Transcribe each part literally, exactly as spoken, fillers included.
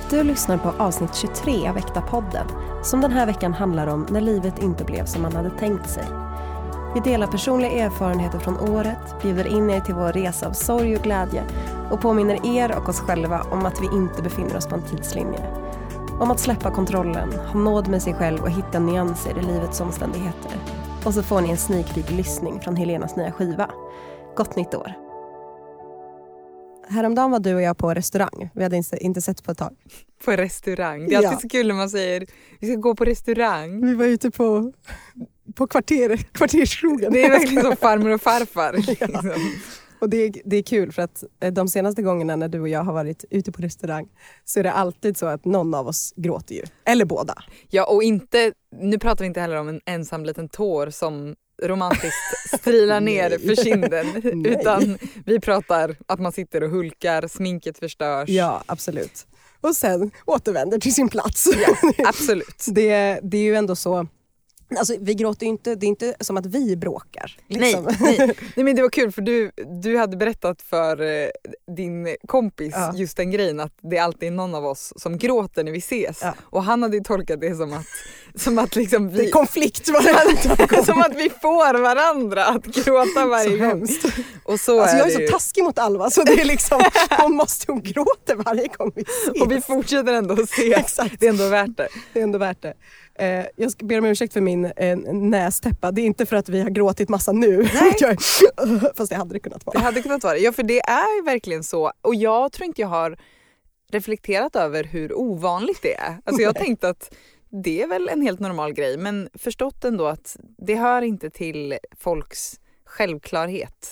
Du lyssnar på avsnitt tjugotre av Väktarpodden, som den här veckan handlar om när livet inte blev som man hade tänkt sig. Vi delar personliga erfarenheter från året, bjuder in er till vår resa av sorg och glädje och påminner er och oss själva om att vi inte befinner oss på en tidslinje. Om att släppa kontrollen, ha nåd med sig själv och hitta nyanser i livets omständigheter. Och så får ni en sneak peek lyssning från Helenas nya skiva. Gott nytt år! Häromdagen var du och jag på restaurang. Vi hade inte, inte sett på ett tag. På restaurang. Det är alltid ja. så kul när man säger vi ska gå på restaurang. Vi var ute på, på kvarter, kvarterskrogen. Det är verkligen som farmor och farfar. Ja. Liksom. Och det är, det är kul för att de senaste gångerna när du och jag har varit ute på restaurang så är det alltid så att någon av oss gråter ju. Eller båda. Ja, och inte, nu pratar vi inte heller om en ensam liten tår som romantiskt strilar ner för kinden. Utan vi pratar att man sitter och hulkar, sminket förstörs. Ja, absolut. Och sen återvänder till sin plats. Ja, absolut. det, det är ju ändå så. Alltså vi gråter ju inte, det är inte som att vi bråkar. Liksom. Nej, nej. nej, men det var kul för du, du hade berättat för eh, din kompis ja. just den grejen att det är alltid någon av oss som gråter när vi ses. Ja. Och han hade ju tolkat det som att, som att liksom vi... Det är konflikt varandra. Som att vi får varandra att gråta varje gång. Och så alltså är jag är det så ju. taskig mot Alva så det är liksom, hon måste hon gråta varje gång vi ses. Och vi fortsätter ändå att se. Exakt. Det är ändå värt det. Det är ändå värt det. Eh, jag ska be om ursäkt för min eh, nästäppa. Det är inte för att vi har gråtit massa nu. Fast det hade det kunnat vara. Det hade kunnat vara. Ja, för det är verkligen så. Och jag tror inte jag har reflekterat över hur ovanligt det är. Alltså jag tänkte att det är väl en helt normal grej. Men förstått ändå att det hör inte till folks självklarhet.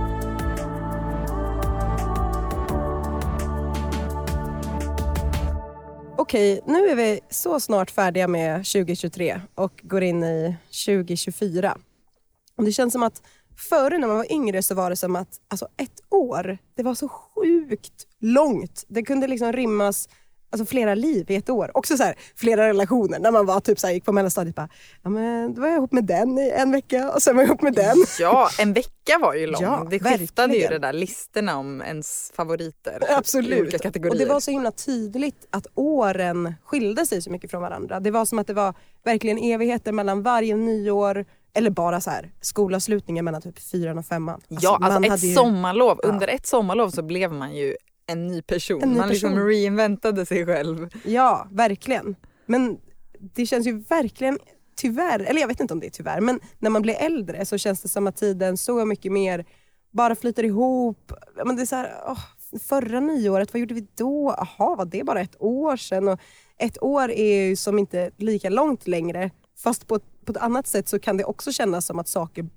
Okej, nu är vi så snart färdiga med tjugo tjugotre och går in i tjugo tjugofyra. Och det känns som att förr när man var yngre så var det som att alltså ett år, det var så sjukt långt. Det kunde liksom rymmas alltså flera liv i ett år. Också så här, flera relationer. När man var typ så här, gick på mellanstadiet bara, ja men då var jag ihop med den i en vecka och sen var jag ihop med den. Ja, en vecka var ju lång. Ja, det skiftade verkligen. ju det där listorna om ens favoriter. Absolut. I olika kategorier. Och det var så himla tydligt att åren skilde sig så mycket från varandra. Det var som att det var verkligen evigheter mellan varje nyår. Eller bara så här, skolavslutningen mellan typ fyran och femman. Alltså, ja, alltså ett ju... sommarlov. Ja. Under ett sommarlov så blev man ju en ny person. En ny man liksom person. reinventade sig själv. Ja, verkligen. Men det känns ju verkligen tyvärr, eller jag vet inte om det är tyvärr, men när man blir äldre så känns det som att tiden så mycket mer bara flyter ihop. Men det är så här, åh, förra nyåret, vad gjorde vi då? Aha, var det bara ett år sedan? Och ett år är ju som inte lika långt längre. Fast på, på ett annat sätt så kan det också kännas som att saker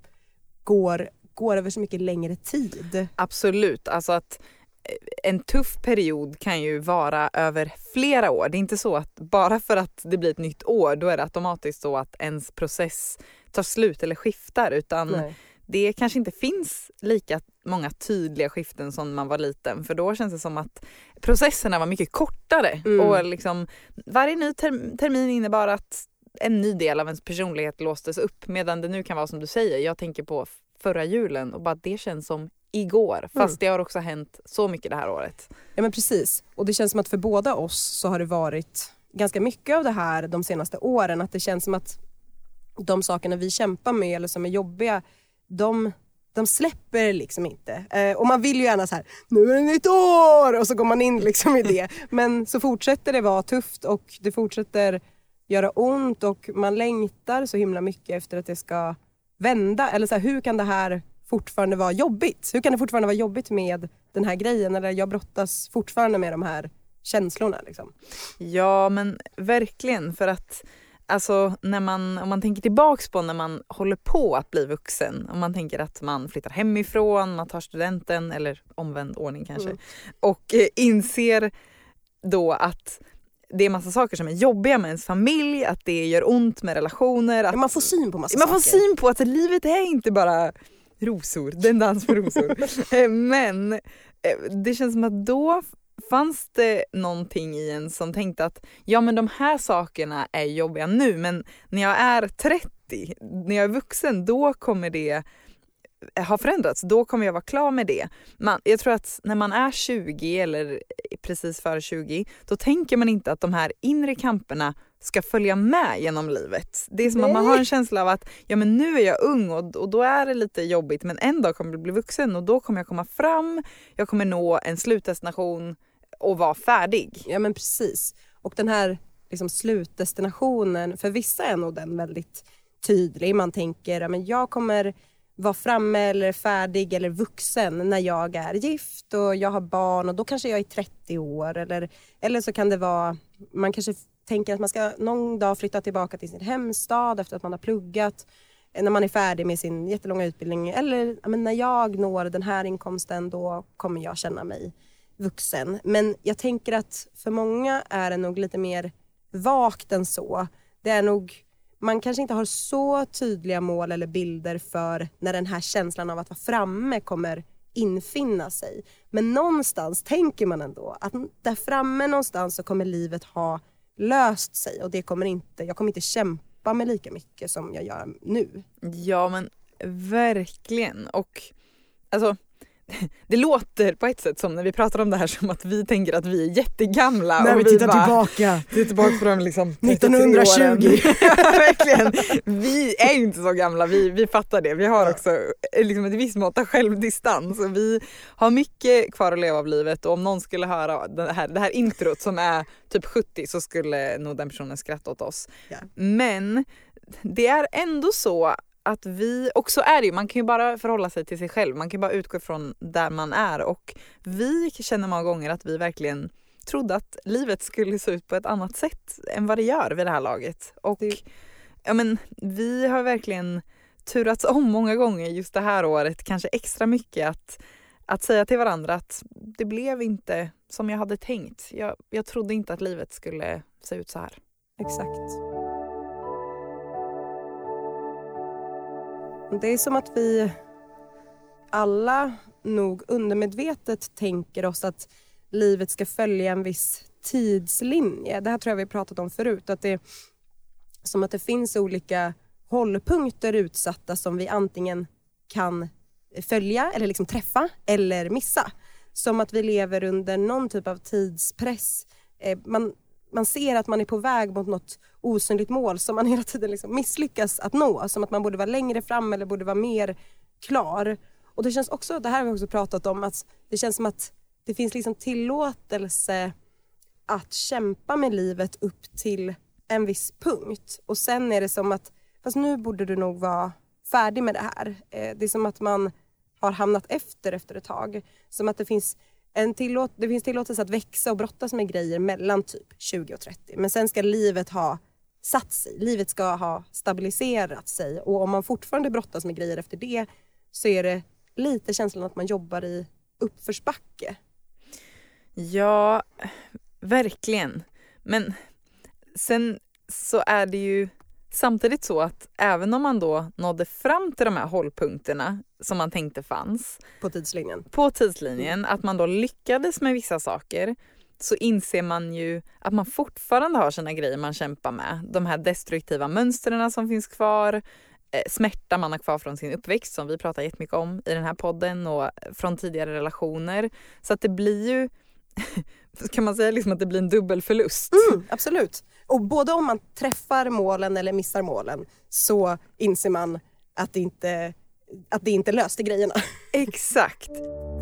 går, går över så mycket längre tid. Absolut, alltså att en tuff period kan ju vara över flera år. Det är inte så att bara för att det blir ett nytt år då är det automatiskt så att ens process tar slut eller skiftar, utan Nej. det kanske inte finns lika många tydliga skiften som när man var liten, för då känns det som att processerna var mycket kortare mm. och liksom varje ny term- termin innebar att en ny del av ens personlighet låstes upp, medan det nu kan vara som du säger. Jag tänker på förra julen och bara det känns som igår, fast mm. det har också hänt så mycket det här året. Ja men precis, och det känns som att för båda oss så har det varit ganska mycket av det här de senaste åren, att det känns som att de sakerna vi kämpar med eller som är jobbiga, de, de släpper liksom inte. Eh, och man vill ju gärna så här, nu är det nytt år! Och så går man in liksom i det. Men så fortsätter det vara tufft och det fortsätter göra ont och man längtar så himla mycket efter att det ska vända. Eller så här, hur kan det här fortfarande vara jobbigt? Hur kan det fortfarande vara jobbigt med den här grejen? Eller jag brottas fortfarande med de här känslorna liksom. Ja, men verkligen, för att alltså när man, om man tänker tillbaks på när man håller på att bli vuxen, om man tänker att man flyttar hemifrån, man tar studenten eller omvänd ordning kanske, mm. och eh, inser då att det är massa saker som är jobbiga med ens familj, att det gör ont med relationer. Att, ja, man får syn på massa man saker. Man får syn på att livet är inte bara rosor, den dans för rosor. Men det känns som att då fanns det någonting i en som tänkte att ja men de här sakerna är jobbiga nu, men när jag är trettio, när jag är vuxen, då kommer det ha förändrats, då kommer jag vara klar med det. Man, jag tror att när man är tjugo eller precis före tjugo, då tänker man inte att de här inre kamperna ska följa med genom livet. Det är som Nej. Att man har en känsla av att ja, men nu är jag ung och, och då är det lite jobbigt, men en dag kommer jag bli vuxen och då kommer jag komma fram, jag kommer nå en slutdestination och vara färdig. Ja men precis. Och den här liksom, slutdestinationen, för vissa är nog den väldigt tydlig. Man tänker att ja, jag kommer vara framme eller färdig eller vuxen när jag är gift och jag har barn och då kanske jag är trettio år. Eller, eller så kan det vara, man kanske tänker att man ska någon dag flytta tillbaka till sin hemstad efter att man har pluggat. När man är färdig med sin jättelånga utbildning. Eller ja, men när jag når den här inkomsten då kommer jag känna mig vuxen. Men jag tänker att för många är det nog lite mer vagt än så. Det är nog, man kanske inte har så tydliga mål eller bilder för när den här känslan av att vara framme kommer infinna sig. Men någonstans tänker man ändå att där framme någonstans så kommer livet ha löst sig och det kommer inte, jag kommer inte kämpa med lika mycket som jag gör nu. Ja men verkligen. Och alltså det låter på ett sätt som när vi pratar om det här som att vi tänker att vi är jättegamla. När och vi, vi tittar bara, tillbaka. Tillbaka på de liksom nittonhundratjugo. Verkligen. Vi är ju inte så gamla. Vi, vi fattar det. Vi har också liksom ett visst mått av självdistans. Och vi har mycket kvar att leva av livet. Och om någon skulle höra det här, det här introt som är typ sjuttio så skulle nog den personen skratta åt oss. Ja. Men det är ändå så att vi, och så är det ju, man kan ju bara förhålla sig till sig själv, man kan ju bara utgå ifrån där man är och vi känner många gånger att vi verkligen trodde att livet skulle se ut på ett annat sätt än vad det gör vid det här laget och det... ja men vi har verkligen turats om många gånger just det här året, kanske extra mycket att, att säga till varandra att det blev inte som jag hade tänkt, jag, jag trodde inte att livet skulle se ut så här. Exakt. Det är som att vi alla nog undermedvetet tänker oss att livet ska följa en viss tidslinje. Det här tror jag vi har pratat om förut. Att det är som att det finns olika hållpunkter utsatta som vi antingen kan följa eller liksom träffa eller missa. Som att vi lever under någon typ av tidspress. Man, man ser att man är på väg mot något osynligt mål som man hela tiden liksom misslyckas att nå. Som att man borde vara längre fram eller borde vara mer klar. Och det känns också, det här har vi också pratat om, att det känns som att det finns liksom tillåtelse att kämpa med livet upp till en viss punkt. Och sen är det som att, fast nu borde du nog vara färdig med det här. Det är som att man har hamnat efter efter ett tag. Som att det finns en tillåt, det finns tillåtelse att växa och brottas med grejer mellan typ tjugo och trettio. Men sen ska livet ha satt sig. Livet ska ha stabiliserat sig. Och om man fortfarande brottas med grejer efter det så är det lite känslan att man jobbar i uppförsbacke. Ja, verkligen. Men sen så är det ju samtidigt så att även om man då nådde fram till de här hållpunkterna som man tänkte fanns på tidslinjen, på tidslinjen att man då lyckades med vissa saker, så inser man ju att man fortfarande har sina grejer man kämpar med. De här destruktiva mönstren som finns kvar, smärta man har kvar från sin uppväxt som vi pratar jättemycket om i den här podden och från tidigare relationer. Så att det blir ju, kan man säga liksom att det blir en dubbel förlust. Mm, absolut. Och både om man träffar målen eller missar målen så inser man att det inte, att det inte löste grejerna. Exakt.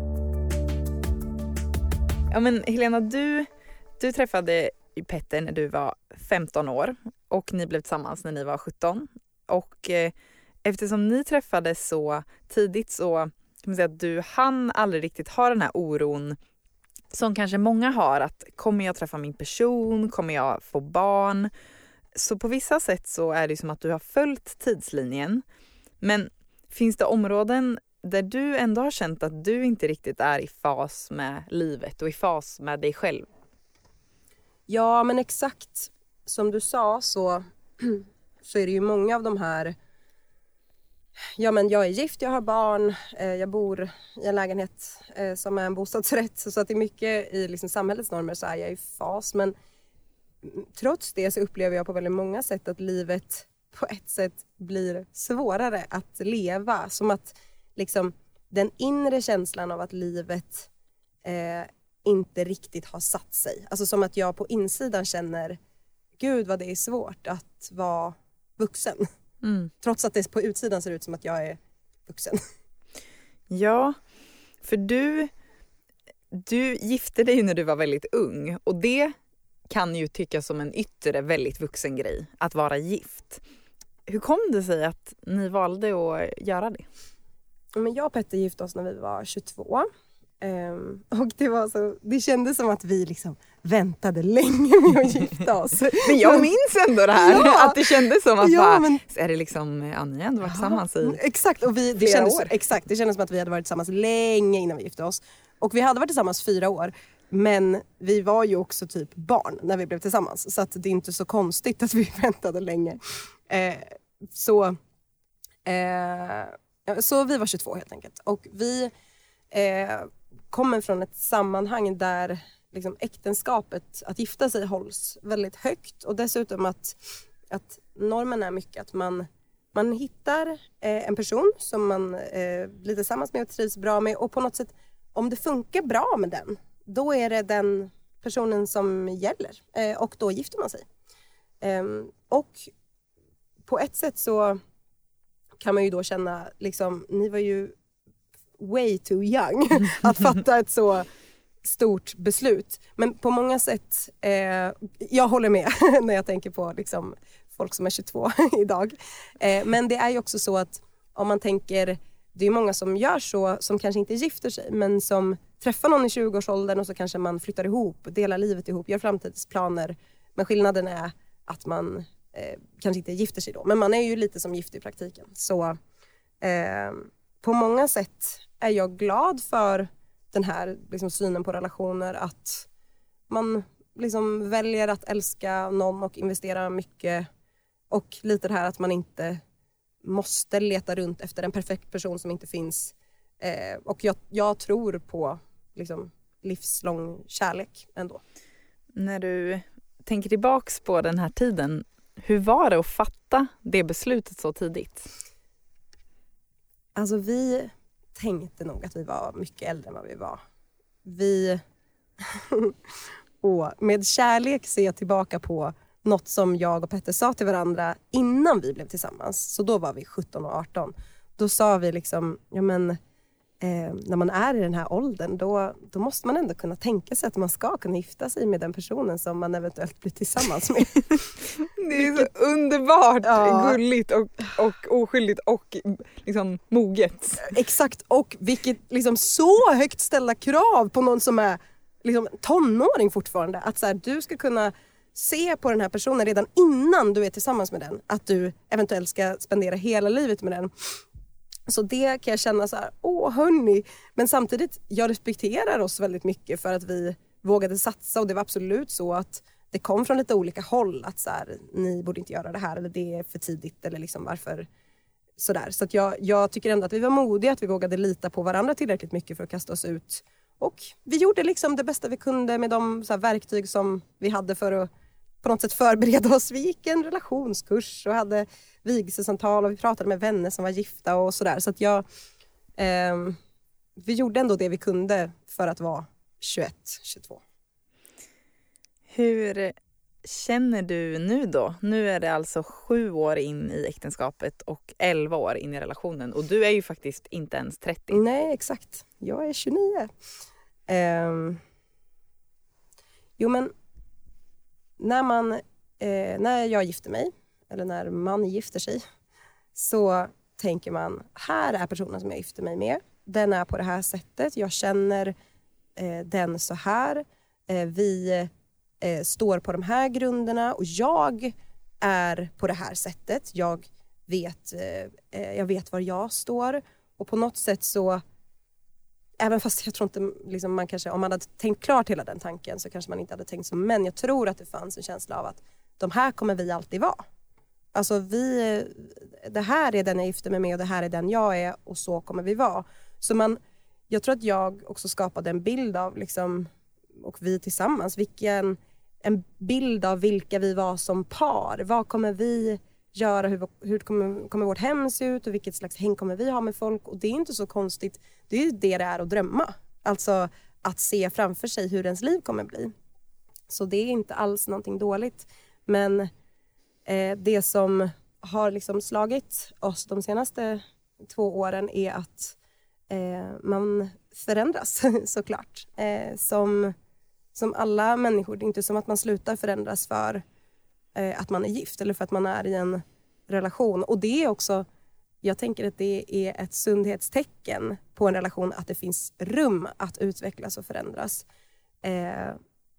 Ja men Helena, du, du träffade Petter när du var femton år och ni blev tillsammans när ni var sjutton. Och eh, eftersom ni träffades så tidigt så kan man säga att du hann aldrig riktigt ha den här oron som kanske många har, att kommer jag träffa min person, kommer jag få barn? Så på vissa sätt så är det som att du har följt tidslinjen. Men finns det områden där du ändå har känt att du inte riktigt är i fas med livet och i fas med dig själv? Ja, men exakt som du sa så, så är det ju många av de här. Ja, men jag är gift, jag har barn, eh, jag bor i en lägenhet eh, som är en bostadsrätt. Så, så att det är mycket i liksom, samhällets normer så är jag i fas. Men trots det så upplever jag på väldigt många sätt att livet på ett sätt blir svårare att leva. Som att liksom, den inre känslan av att livet eh, inte riktigt har satt sig. Alltså som att jag på insidan känner, gud vad det är svårt att vara vuxen. Mm. Trots att det på utsidan ser ut som att jag är vuxen. Ja, för du, du gifte dig när du var väldigt ung. Och det kan ju tyckas som en yttre väldigt vuxen grej, att vara gift. Hur kom det sig att ni valde att göra det? Men jag och Petter gifte oss när vi var tjugotvå. Um, och det var så, det kändes som att vi liksom väntade länge med att gifta oss. Men jag minns ändå det här, ja, att det kändes som att ja, bara, men, är det liksom, ja, ni har ändå varit tillsammans i exakt, och vi, det kändes, år. Exakt, det kändes som att vi hade varit tillsammans länge innan vi gifte oss. Och vi hade varit tillsammans fyra år. Men vi var ju också typ barn när vi blev tillsammans. Så att det är inte så konstigt att vi väntade länge. Eh, så, eh, så vi var tjugotvå helt enkelt. Och vi eh, kommer från ett sammanhang där liksom, äktenskapet, att gifta sig, hålls väldigt högt. Och dessutom att, att normen är mycket att man, man hittar eh, en person som man eh, blir tillsammans med och trivs bra med. Och på något sätt, om det funkar bra med den, då är det den personen som gäller. Eh, och då gifter man sig. Eh, och på ett sätt så kan man ju då känna, liksom, ni var ju way too young att fatta ett så stort beslut. Men på många sätt, eh, jag håller med när jag tänker på liksom, folk som är tjugotvå idag. Eh, men det är ju också så att om man tänker, det är många som gör så, som kanske inte gifter sig, men som träffar någon i tjugoårsåldern och så kanske man flyttar ihop, delar livet ihop, gör framtidsplaner. Men skillnaden är att man eh, kanske inte gifter sig då. Men man är ju lite som gift i praktiken. Så eh, på många sätt är jag glad för den här liksom, synen på relationer. Att man liksom, väljer att älska någon och investera mycket. Och lite det här att man inte måste leta runt efter en perfekt person som inte finns. Eh, och jag, jag tror på liksom, livslång kärlek ändå. När du tänker tillbaks på den här tiden, hur var det att fatta det beslutet så tidigt? Alltså vi tänkte nog att vi var mycket äldre än vad vi var. Vi... och med kärlek ser jag tillbaka på något som jag och Petter sa till varandra innan vi blev tillsammans. Så då var vi sjutton och arton. Då sa vi liksom, ja men eh, när man är i den här åldern då, då måste man ändå kunna tänka sig att man ska kunna gifta sig med den personen som man eventuellt blir tillsammans med. Det är så underbart, ja. Gulligt och, och oskyldigt och liksom moget. Exakt, och vilket liksom så högt ställda krav på någon som är liksom tonåring fortfarande. Att så här, du ska kunna se på den här personen redan innan du är tillsammans med den. Att du eventuellt ska spendera hela livet med den. Så det kan jag känna så här, åh hörni. Men samtidigt, jag respekterar oss väldigt mycket för att vi vågade satsa. Och det var absolut så att det kom från lite olika håll. Att så här, ni borde inte göra det här. Eller det är för tidigt. Eller liksom varför sådär. Så att jag, jag tycker ändå att vi var modiga. Att vi vågade lita på varandra tillräckligt mycket för att kasta oss ut. Och vi gjorde liksom det bästa vi kunde med de så här, verktyg som vi hade för att på något sätt förbereda oss. Vi gick en relationskurs och hade vigselsamtal och vi pratade med vänner som var gifta och sådär. Så att jag, eh, vi gjorde ändå det vi kunde för att vara tjugoett, tjugotvå. Hur känner du nu då? Nu är det alltså sju år in i äktenskapet och elva år in i relationen. Och du är ju faktiskt inte ens trettio. Nej, exakt. Jag är tjugonio. Eh, jo, men när man, eh, när jag gifter mig, eller när man gifter sig, så tänker man, här är personen som jag gifter mig med. Den är på det här sättet. Jag känner eh, den så här. Eh, vi eh, står på de här grunderna och jag är på det här sättet. Jag vet, eh, jag vet var jag står. Och på något sätt så, även fast jag tror inte, liksom man kanske, om man hade tänkt klart hela den tanken så kanske man inte hade tänkt så. Men jag tror att det fanns en känsla av att de här kommer vi alltid vara. Alltså vi, det här är den jag gifter mig med och det här är den jag är och så kommer vi vara. Så man, jag tror att jag också skapade en bild av liksom, och vi tillsammans, vilken, en bild av vilka vi var som par. Vad kommer vi göra, hur, hur kommer, kommer vårt hem se ut och vilket slags häng kommer vi ha med folk. Och det är inte så konstigt, det är ju det det är att drömma. Alltså att se framför sig hur ens liv kommer bli. Så det är inte alls någonting dåligt. Men eh, det som har liksom slagit oss de senaste två åren är att eh, man förändras såklart. Eh, som, som alla människor, det är inte som att man slutar förändras för eh, att man är gift eller för att man är i en relation. Och det är också, jag tänker att det är ett sundhetstecken på en relation att det finns rum att utvecklas och förändras. Eh,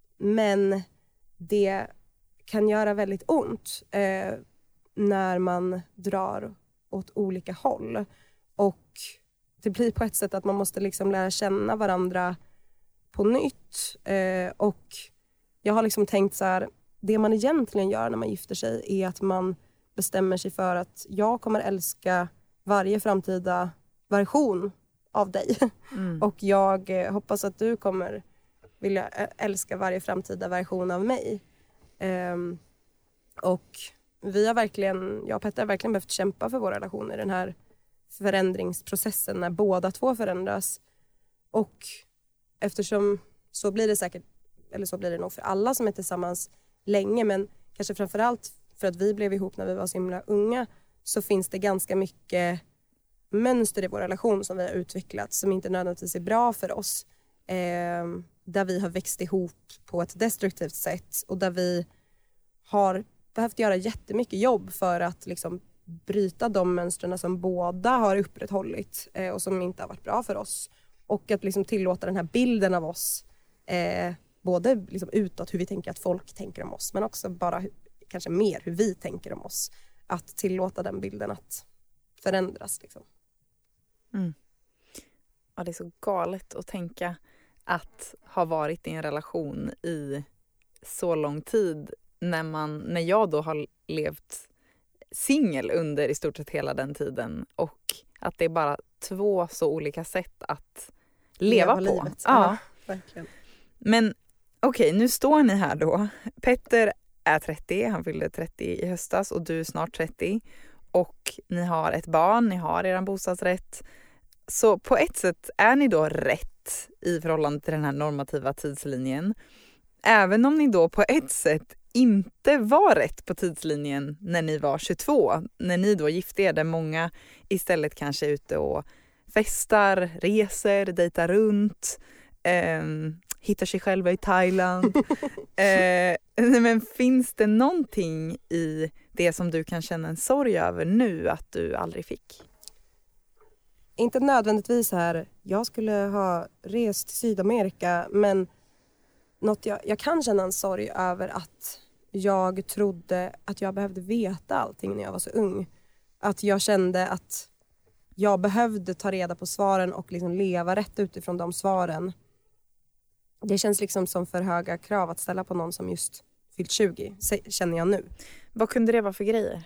men det kan göra väldigt ont eh, när man drar åt olika håll. Och det blir på ett sätt att man måste liksom lära känna varandra på nytt. Eh, och jag har liksom tänkt så här, det man egentligen gör när man gifter sig är att man bestämmer sig för att jag kommer älska varje framtida version av dig. Mm. Och jag eh, hoppas att du kommer vilja älska varje framtida version av mig. Um, och vi har verkligen, jag och Petter har verkligen behövt kämpa för vår relation i den här förändringsprocessen när båda två förändras. Och eftersom så blir det säkert, eller så blir det nog för alla som är tillsammans länge, men kanske framförallt för att vi blev ihop när vi var så himla unga, så finns det ganska mycket mönster i vår relation som vi har utvecklat som inte nödvändigtvis är bra för oss. Eh, där vi har växt ihop på ett destruktivt sätt och där vi har behövt göra jättemycket jobb för att liksom bryta de mönstren som båda har upprätthållit eh, och som inte har varit bra för oss. Och att liksom tillåta den här bilden av oss, eh, både liksom utåt hur vi tänker att folk tänker om oss, men också bara kanske mer hur vi tänker om oss. Att tillåta den bilden att förändras. Liksom. Mm. Ja, det är så galet att tänka att ha varit i en relation i så lång tid när, man, när jag då har levt singel under i stort sett hela den tiden och att det är bara två så olika sätt att leva, leva på. Livet. Ja, ja, verkligen. Men okej, okay, nu står ni här då. Petter är trettio, han fyllde trettio i höstas och du är snart trettio. Och ni har ett barn, ni har er bostadsrätt. Så på ett sätt är ni då rätt i förhållande till den här normativa tidslinjen. Även om ni då på ett sätt inte var rätt på tidslinjen när ni var tjugotvå. När ni då gifte er, där många istället kanske är ute och festar, reser, dejtar runt, eh, hittar sig själva i Thailand. eh, men finns det någonting i det som du kan känna en sorg över nu att du aldrig fick? Inte nödvändigtvis här, jag skulle ha rest till Sydamerika, men något jag, jag kan känna en sorg över att jag trodde att jag behövde veta allting när jag var så ung. Att jag kände att jag behövde ta reda på svaren och liksom leva rätt utifrån de svaren. Det känns liksom som för höga krav att ställa på någon som just fyllt tjugo, känner jag nu. Vad kunde det vara för grejer?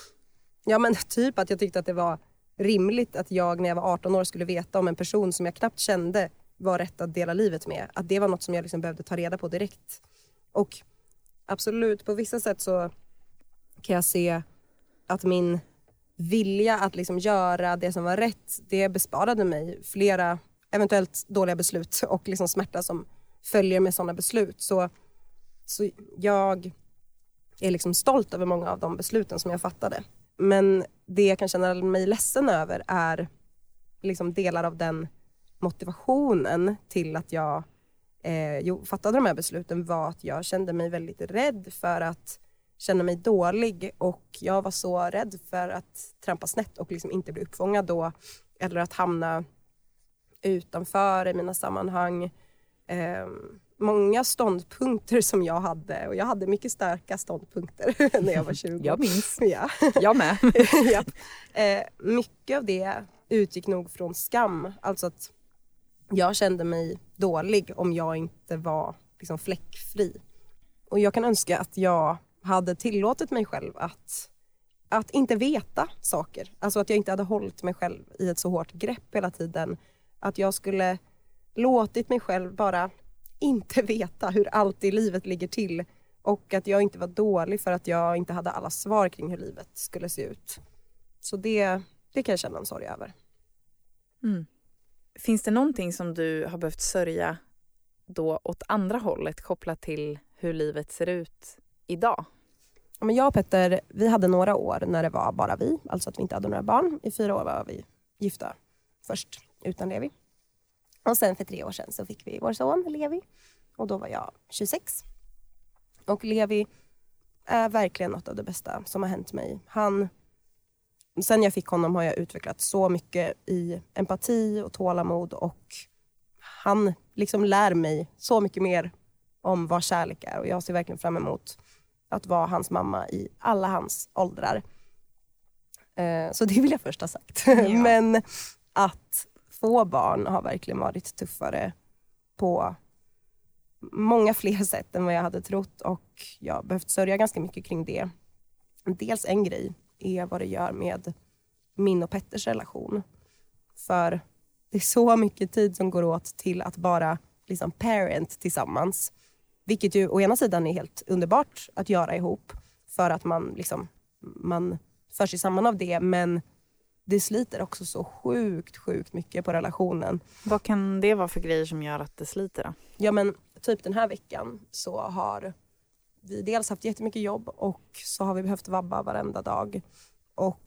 Ja, men typ att jag tyckte att det var rimligt att jag när jag var arton år skulle veta om en person som jag knappt kände var rätt att dela livet med. Att det var något som jag liksom behövde ta reda på direkt. Och absolut, på vissa sätt så kan jag se att min vilja att liksom göra det som var rätt, det besparade mig flera eventuellt dåliga beslut och liksom smärta som följer med sådana beslut. Så, så jag är liksom stolt över många av de besluten som jag fattade. Men det jag kan känna mig ledsen över är liksom delar av den motivationen till att jag eh, jo, fattade de här besluten var att jag kände mig väldigt rädd för att känna mig dålig, och jag var så rädd för att trampa snett och liksom inte bli uppfångad då, eller att hamna utanför i mina sammanhang. Eh, många ståndpunkter som jag hade, och jag hade mycket starka ståndpunkter när jag var tjugo. Jag minns. Ja. Jag med. Ja. Eh, mycket av det utgick nog från skam, alltså att jag kände mig dålig om jag inte var liksom fläckfri. Och jag kan önska att jag hade tillåtit mig själv att, att inte veta saker. Alltså att jag inte hade hållit mig själv i ett så hårt grepp hela tiden. Att jag skulle låtit mig själv bara inte veta hur allt i livet ligger till. Och att jag inte var dålig för att jag inte hade alla svar kring hur livet skulle se ut. Så det, det kan jag känna en sorg över. Mm. Finns det någonting som du har behövt sörja då åt andra hållet kopplat till hur livet ser ut idag? Men jag och Petter, vi hade några år när det var bara vi. Alltså att vi inte hade några barn. I fyra år var vi gifta först utan Levi. Och sen för tre år sedan så fick vi vår son Levi. Och då var jag tjugosex. Och Levi är verkligen något av det bästa som har hänt mig. Han, sen jag fick honom har jag utvecklat så mycket i empati och tålamod. Och han liksom lär mig så mycket mer om vad kärlek är. Och jag ser verkligen fram emot att vara hans mamma i alla hans åldrar. Eh, så det vill jag först ha sagt. Ja. Men att få barn har verkligen varit tuffare på många fler sätt än vad jag hade trott. Och jag har behövt sörja ganska mycket kring det. Dels en grej är vad det gör med min och Petters relation. För det är så mycket tid som går åt till att bara liksom parent tillsammans. Vilket ju å ena sidan är helt underbart att göra ihop. För att man liksom, man för sig samman av det. Men det sliter också så sjukt, sjukt mycket på relationen. Vad kan det vara för grejer som gör att det sliter då? Ja men typ den här veckan så har vi dels haft jättemycket jobb. Och så har vi behövt vabba varenda dag. Och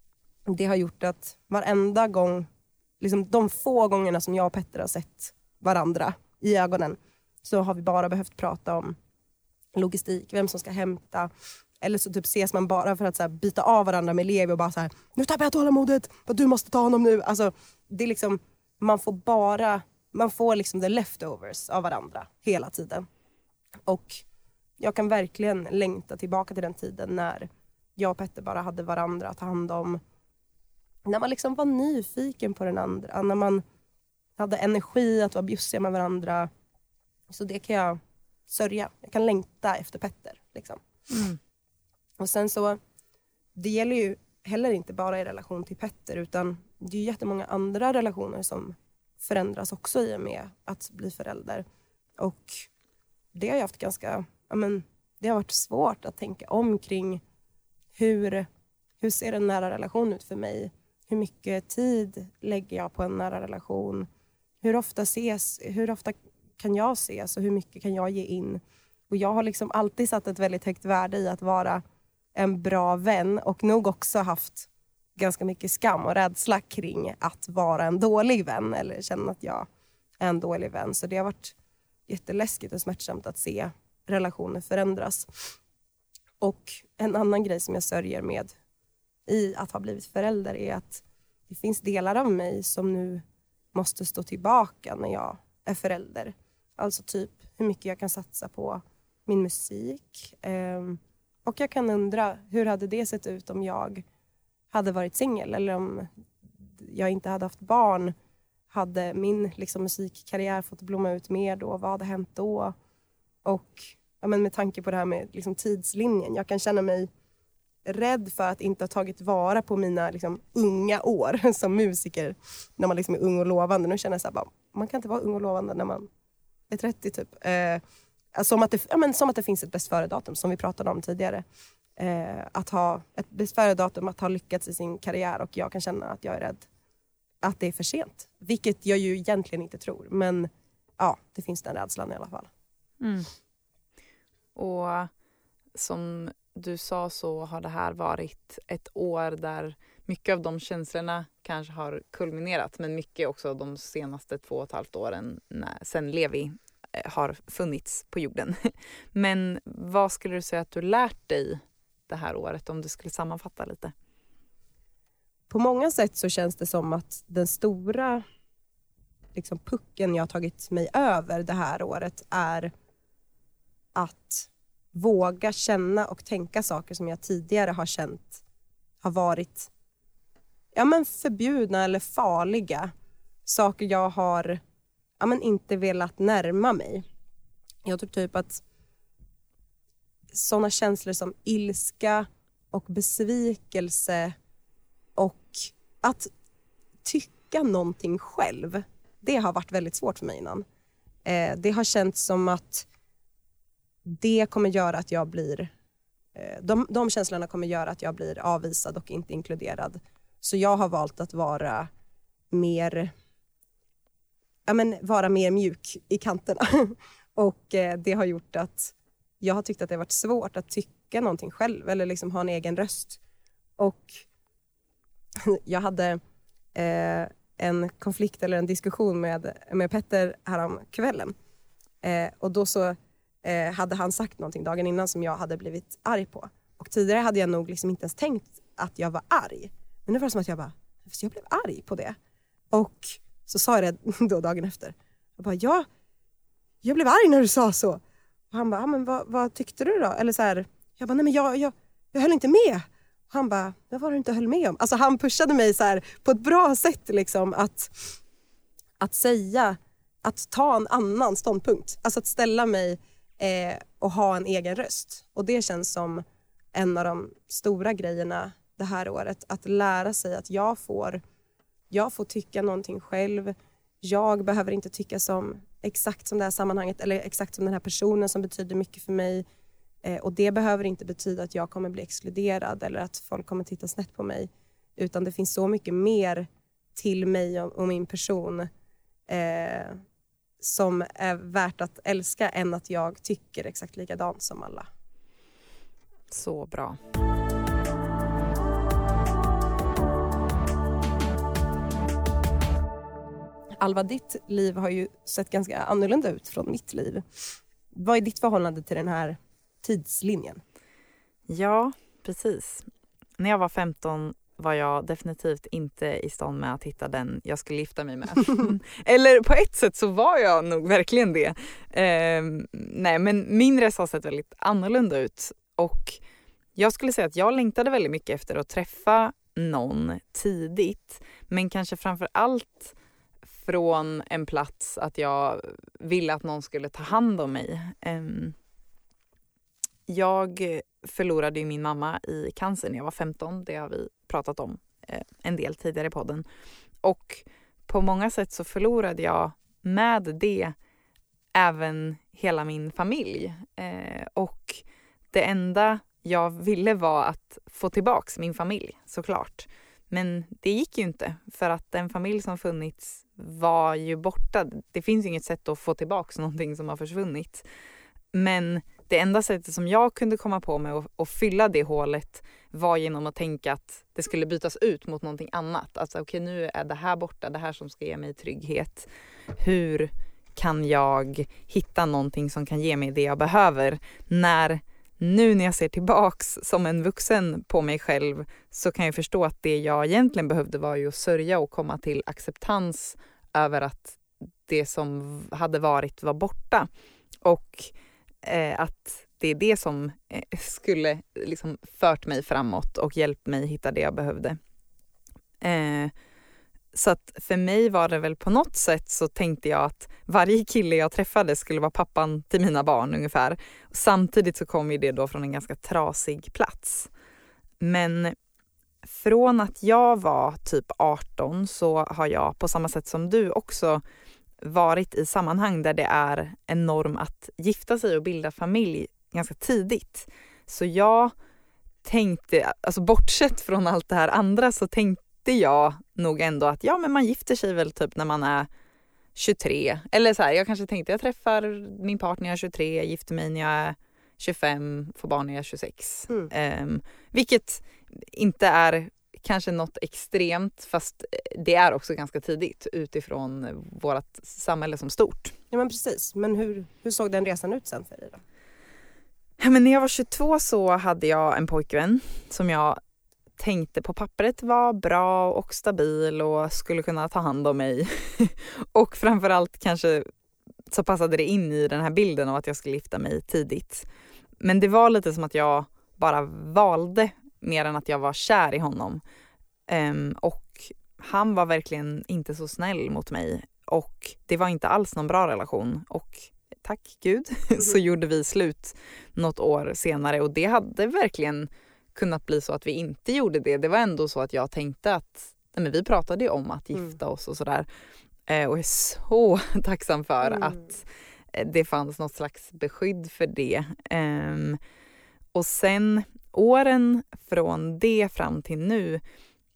det har gjort att varenda gång, liksom de få gångerna som jag och Petter har sett varandra i ögonen. Så har vi bara behövt prata om logistik, vem som ska hämta. Eller så typ ses man bara för att så här, byta av varandra med Levi och bara så här, nu tappar jag tålamodet, du måste ta honom nu. Alltså det är liksom, man får bara, man får liksom the leftovers av varandra hela tiden. Och jag kan verkligen längta tillbaka till den tiden när jag och Petter bara hade varandra att ta hand om. När man liksom var nyfiken på den andra, när man hade energi att vara bjussiga med varandra. Så det kan jag sörja. Jag kan längta efter Petter. Liksom. Mm. Och sen så, det gäller ju heller inte bara i relation till Petter. Utan det är ju jättemånga andra relationer som förändras också i och med att bli förälder. Och det har jag haft ganska, ja men, det har varit svårt att tänka om kring hur, hur ser en nära relation ut för mig? Hur mycket tid lägger jag på en nära relation? Hur ofta ses, hur ofta kan jag ses och hur mycket kan jag ge in? Och jag har liksom alltid satt ett väldigt högt värde i att vara en bra vän. Och nog också haft ganska mycket skam och rädsla kring att vara en dålig vän. Eller känna att jag är en dålig vän. Så det har varit jätteläskigt och smärtsamt att se relationer förändras. Och en annan grej som jag sörjer med i att ha blivit förälder är att det finns delar av mig som nu måste stå tillbaka när jag är förälder. Alltså typ hur mycket jag kan satsa på min musik. Um, och jag kan undra hur hade det sett ut om jag hade varit singel eller om jag inte hade haft barn. Hade min liksom, musikkarriär fått blomma ut mer då? Vad hade hänt då? Och ja, men med tanke på det här med liksom, tidslinjen. Jag kan känna mig rädd för att inte ha tagit vara på mina liksom, unga år som musiker. När man liksom är ung och lovande. Nu känner jag så här, bara, man kan inte vara ung och lovande när man är trettio typ. Eh, som, att det, ja, men, som att det finns ett bäst före-datum som vi pratade om tidigare. Eh, att ha ett bäst före-datum, att ha lyckats i sin karriär. Och jag kan känna att jag är rädd att det är för sent. Vilket jag ju egentligen inte tror. Men ja, det finns den rädslan i alla fall. Mm. Och som du sa så har det här varit ett år där mycket av de känslorna kanske har kulminerat. Men mycket också de senaste två och ett halvt åren när, sen Levi har funnits på jorden. Men vad skulle du säga att du lärt dig det här året om du skulle sammanfatta lite? På många sätt så känns det som att den stora liksom, pucken jag har tagit mig över det här året är att våga känna och tänka saker som jag tidigare har känt har varit ja, men förbjudna eller farliga. Saker jag har ja, men inte velat närma mig. Jag tror typ att sådana känslor som ilska och besvikelse och att tycka någonting själv, det har varit väldigt svårt för mig innan. Eh, det har känts som att det kommer göra att jag blir eh, de, de känslorna kommer göra att jag blir avvisad och inte inkluderad. Så jag har valt att vara mer ja, men, vara mer mjuk i kanterna. Och eh, det har gjort att jag har tyckt att det har varit svårt att tycka någonting själv eller liksom ha en egen röst. Och jag hade eh, en konflikt eller en diskussion med, med Petter härom kvällen. Eh, och då så eh, hade han sagt någonting dagen innan som jag hade blivit arg på. Och tidigare hade jag nog liksom inte ens tänkt att jag var arg. Men nu var det som att jag bara, jag blev arg på det. Och så sa jag det då dagen efter. Jag bara, ja, jag blev arg när du sa så. Och han bara, ja, men vad, vad tyckte du då? Eller så här, jag bara, nej men jag, jag, jag höll inte med. Och han bara, vad var det du inte höll med om? Alltså han pushade mig så här på ett bra sätt liksom att, att säga, att ta en annan ståndpunkt. Alltså att ställa mig eh, och ha en egen röst. Och det känns som en av de stora grejerna det här året. Att lära sig att jag får, jag får tycka någonting själv. Jag behöver inte tycka som exakt som det här sammanhanget eller exakt som den här personen som betyder mycket för mig. Eh, och det behöver inte betyda att jag kommer bli exkluderad eller att folk kommer titta snett på mig. Utan det finns så mycket mer till mig och, och min person eh, som är värt att älska än att jag tycker exakt likadant som alla. Så bra. Alva, ditt liv har ju sett ganska annorlunda ut från mitt liv. Vad är ditt förhållande till den här tidslinjen? Ja, precis. När jag var femton var jag definitivt inte i stånd med att hitta den jag skulle gifta mig med. Eller på ett sätt så var jag nog verkligen det. Eh, nej, men min resa har sett väldigt annorlunda ut. Och jag skulle säga att jag längtade väldigt mycket efter att träffa någon tidigt. Men kanske framför allt från en plats att jag ville att någon skulle ta hand om mig. Jag förlorade ju min mamma i cancer när jag var femton. Det har vi pratat om en del tidigare i podden. Och på många sätt så förlorade jag med det även hela min familj. Och det enda jag ville var att få tillbaks min familj, såklart. Men det gick ju inte, för att den familj som funnits var ju borta. Det finns ju inget sätt att få tillbaka någonting som har försvunnit. Men det enda sättet som jag kunde komma på med att, att fylla det hålet var genom att tänka att det skulle bytas ut mot någonting annat. Alltså okej, okay, nu är det här borta, det här som ska ge mig trygghet. Hur kan jag hitta någonting som kan ge mig det jag behöver när... Nu när jag ser tillbaks som en vuxen på mig själv så kan jag förstå att det jag egentligen behövde var ju att sörja och komma till acceptans över att det som hade varit var borta. Och eh, att det är det som eh, skulle liksom fört mig framåt och hjälpt mig hitta det jag behövde. Eh, Så att för mig var det väl på något sätt så tänkte jag att varje kille jag träffade skulle vara pappan till mina barn ungefär. Samtidigt så kom ju det då från en ganska trasig plats. Men från att jag var typ arton så har jag på samma sätt som du också varit i sammanhang där det är en norm att gifta sig och bilda familj ganska tidigt. Så jag tänkte, alltså bortsett från allt det här andra så tänkte jag nog ändå att ja, men man gifter sig väl typ när man är tjugotre. Eller så här, jag kanske tänkte jag träffar min partner när jag är tjugotre, jag gifter mig när jag är tjugofem, får barn när jag är tjugosex. Mm. Um, vilket inte är kanske något extremt, fast det är också ganska tidigt utifrån vårt samhälle som stort. Ja, men precis. Men hur, hur såg den resan ut sen för dig då? Ja, men när jag var tjugotvå så hade jag en pojkvän som jag tänkte på pappret var bra och stabil och skulle kunna ta hand om mig. Och framförallt kanske så passade det in i den här bilden av att jag skulle gifta mig tidigt. Men det var lite som att jag bara valde mer än att jag var kär i honom. Um, och han var verkligen inte så snäll mot mig. Och det var inte alls någon bra relation. Och tack Gud så gjorde vi slut något år senare. Och det hade verkligen kunnat bli så att vi inte gjorde det. Det var ändå så att jag tänkte att nej, men vi pratade ju om att gifta oss och sådär. Eh, och jag är så tacksam för mm. att det fanns något slags beskydd för det. Um, och sen åren från det fram till nu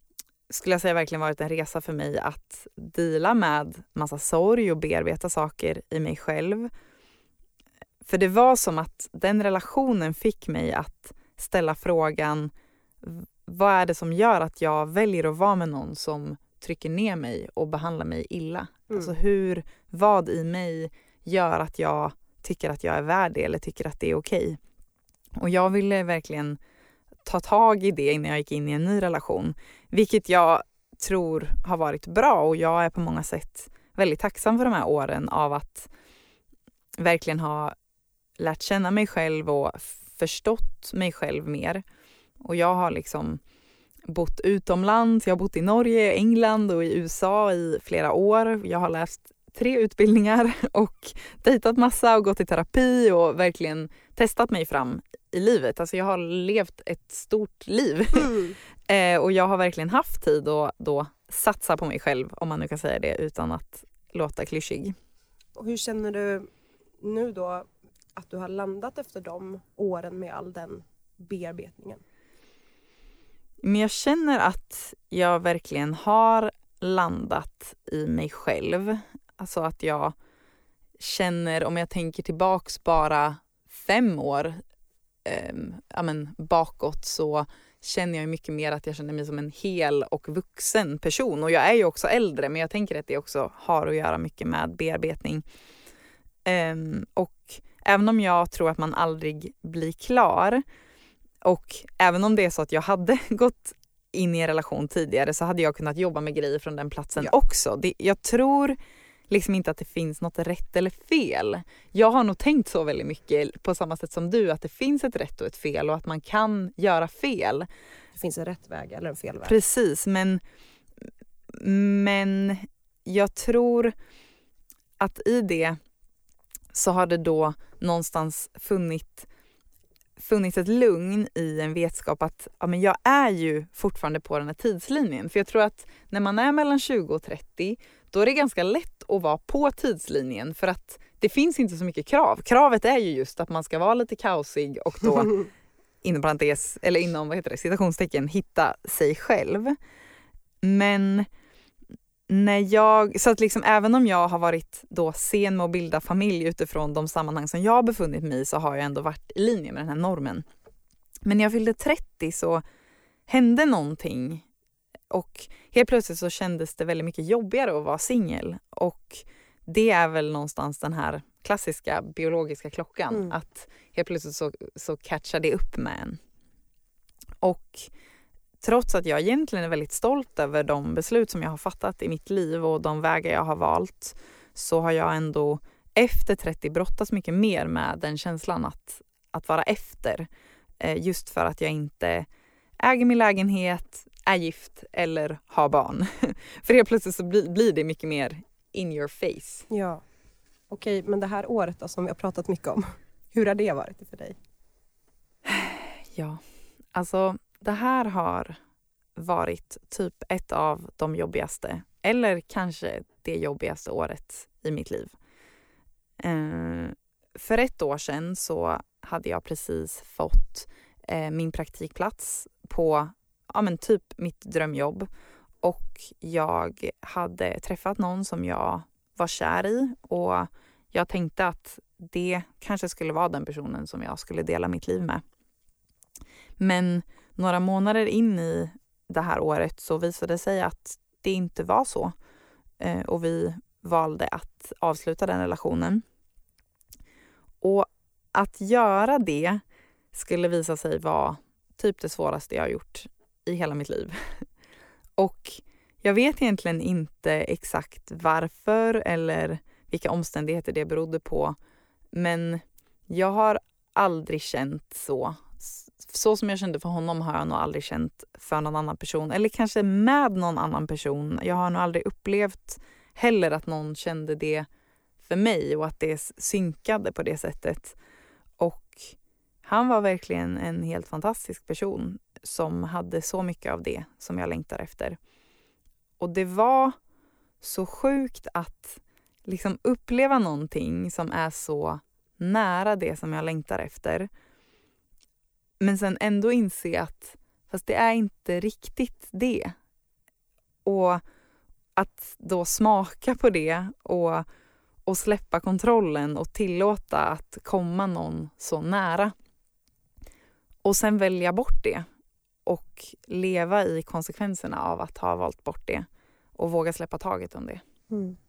skulle jag säga verkligen varit en resa för mig att dela med massa sorg och bearbeta saker i mig själv. För det var som att den relationen fick mig att ställa frågan, vad är det som gör att jag väljer att vara med någon som trycker ner mig och behandlar mig illa? Mm. Alltså hur, vad i mig gör att jag tycker att jag är värd det eller tycker att det är okej? Och jag ville verkligen ta tag i det innan jag gick in i en ny relation. Vilket jag tror har varit bra, och jag är på många sätt väldigt tacksam för de här åren av att verkligen ha lärt känna mig själv och förstått mig själv mer. Och jag har liksom bott utomlands, jag har bott i Norge, England och i U S A i flera år. Jag har läst tre utbildningar och dejtat massa och gått i terapi och verkligen testat mig fram i livet. Alltså jag har levt ett stort liv. Mm. eh, och jag har verkligen haft tid att då satsa på mig själv, om man nu kan säga det utan att låta klyschig. Och hur känner du nu då att du har landat efter de åren med all den bearbetningen? Men jag känner att jag verkligen har landat i mig själv. Alltså att jag känner, om jag tänker tillbaks bara fem år eh, ja men bakåt, så känner jag mycket mer att jag känner mig som en hel och vuxen person. Och jag är ju också äldre, men jag tänker att det också har att göra mycket med bearbetning. Eh, och även om jag tror att man aldrig blir klar, och även om det är så att jag hade gått in i en relation tidigare, så hade jag kunnat jobba med grejer från den platsen ja. också. Det, jag tror liksom inte att det finns något rätt eller fel. Jag har nog tänkt så väldigt mycket på samma sätt som du, att det finns ett rätt och ett fel och att man kan göra fel. Det finns en rätt väg eller en fel väg. Precis, men, men jag tror att i det så har det då någonstans funnit funnits ett lugn i en vetskap att ja, men jag är ju fortfarande på den här tidslinjen. För jag tror att när man är mellan tjugo och trettio, då är det ganska lätt att vara på tidslinjen, för att det finns inte så mycket krav. Kravet är ju just att man ska vara lite kaosig och då inom parentes, eller inom vad heter det, citationstecken, hitta sig själv. Men när jag, så att liksom även om jag har varit då sen med att bilda familj utifrån de sammanhang som jag har befunnit mig i, så har jag ändå varit i linje med den här normen. Men när jag fyllde trettio så hände någonting, och helt plötsligt så kändes det väldigt mycket jobbigare att vara singel. Och det är väl någonstans den här klassiska biologiska klockan, mm. att helt plötsligt så, så catchar det upp med en. Och trots att jag egentligen är väldigt stolt över de beslut som jag har fattat i mitt liv och de vägar jag har valt, så har jag ändå efter trettio brottats mycket mer med den känslan att, att vara efter. Just för att jag inte äger min lägenhet, är gift eller har barn. För helt plötsligt så blir, blir det mycket mer in your face. Ja, okej, men det här året då, som vi har pratat mycket om, hur har det varit för dig? Ja, alltså det här har varit typ ett av de jobbigaste, eller kanske det jobbigaste året i mitt liv. Eh, för ett år sedan så hade jag precis fått eh, min praktikplats på ja, men typ mitt drömjobb, och jag hade träffat någon som jag var kär i, och jag tänkte att det kanske skulle vara den personen som jag skulle dela mitt liv med. Men några månader in i det här året så visade det sig att det inte var så. Eh, och vi valde att avsluta den relationen. Och att göra det skulle visa sig vara typ det svåraste jag har gjort i hela mitt liv. Och jag vet egentligen inte exakt varför eller vilka omständigheter det berodde på. Men jag har aldrig känt så. Så som jag kände för honom har jag nog aldrig känt för någon annan person. Eller kanske med någon annan person. Jag har nog aldrig upplevt heller att någon kände det för mig och att det synkade på det sättet. Och han var verkligen en helt fantastisk person som hade så mycket av det som jag längtar efter. Och det var så sjukt att liksom uppleva någonting som är så nära det som jag längtar efter. Men sen ändå inse att fast det är inte riktigt det. Och att då smaka på det och, och släppa kontrollen och tillåta att komma någon så nära. Och sen välja bort det och leva i konsekvenserna av att ha valt bort det och våga släppa taget om det. Mm.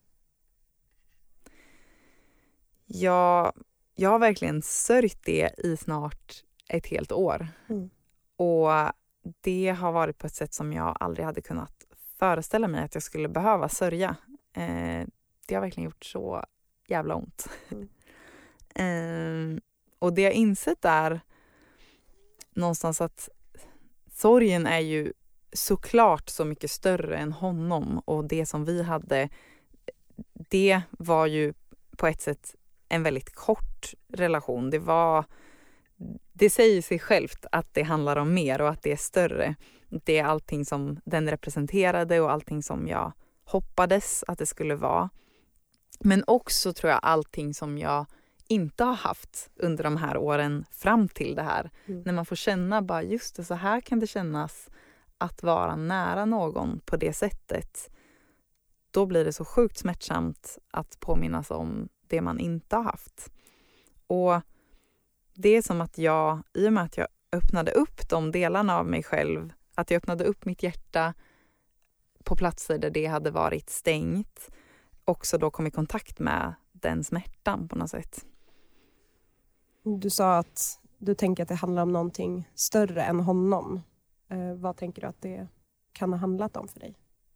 Jag, jag har verkligen sörjt det i snart ett helt år. Mm. Och det har varit på ett sätt som jag aldrig hade kunnat föreställa mig att jag skulle behöva sörja. Eh, det har verkligen gjort så jävla ont. Mm. eh, och det jag insett är någonstans att sorgen är ju såklart så mycket större än honom, och det som vi hade, det var ju på ett sätt en väldigt kort relation. Det var, det säger sig självt att det handlar om mer och att det är större. Det är allting som den representerade och allting som jag hoppades att det skulle vara. Men också tror jag allting som jag inte har haft under de här åren fram till det här. Mm. När man får känna bara just det, så här kan det kännas att vara nära någon på det sättet. Då blir det så sjukt smärtsamt att påminnas om det man inte har haft. Och det är som att jag, i och med att jag öppnade upp de delarna av mig själv, att jag öppnade upp mitt hjärta på platser där det hade varit stängt, också då kom i kontakt med den smärtan på något sätt. Du sa att du tänker att det handlar om någonting större än honom. Eh, vad tänker du att det kan ha handlat om för dig?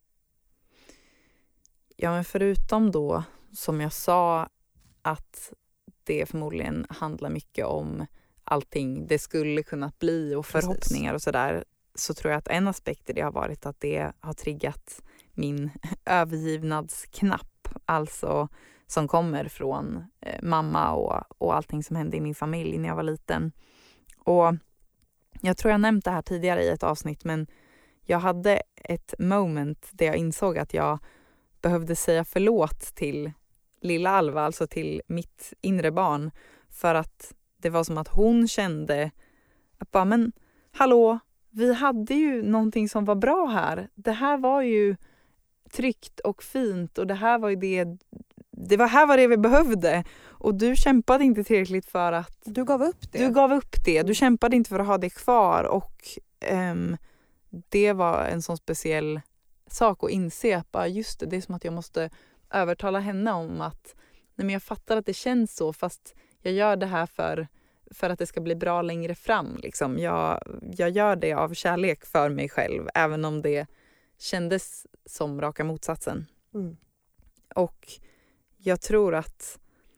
Ja, men förutom då, som jag sa, att det förmodligen handlar mycket om allting det skulle kunna bli och förhoppningar och sådär, så tror jag att en aspekt i det har varit att det har triggat min övergivnadsknapp, alltså som kommer från eh, mamma och, och allting som hände i min familj när jag var liten. Och jag tror jag nämnt det här tidigare i ett avsnitt, men jag hade ett moment där jag insåg att jag behövde säga förlåt till lilla Alva, alltså till mitt inre barn, för att det var som att hon kände att bara, men hallå, vi hade ju någonting som var bra här. Det här var ju tryggt och fint, och det här var ju det, det var här var det vi behövde, och du kämpade inte tillräckligt för att Du gav upp det. Du gav upp det. Du kämpade inte för att ha det kvar, och um, det var en sån speciell sak att inse att bara, just det, det är som att jag måste övertala henne om att nej, men jag fattar att det känns så, fast jag gör det här för, för att det ska bli bra längre fram. Liksom. Jag, jag gör det av kärlek för mig själv, även om det kändes som raka motsatsen. Mm. Och jag tror att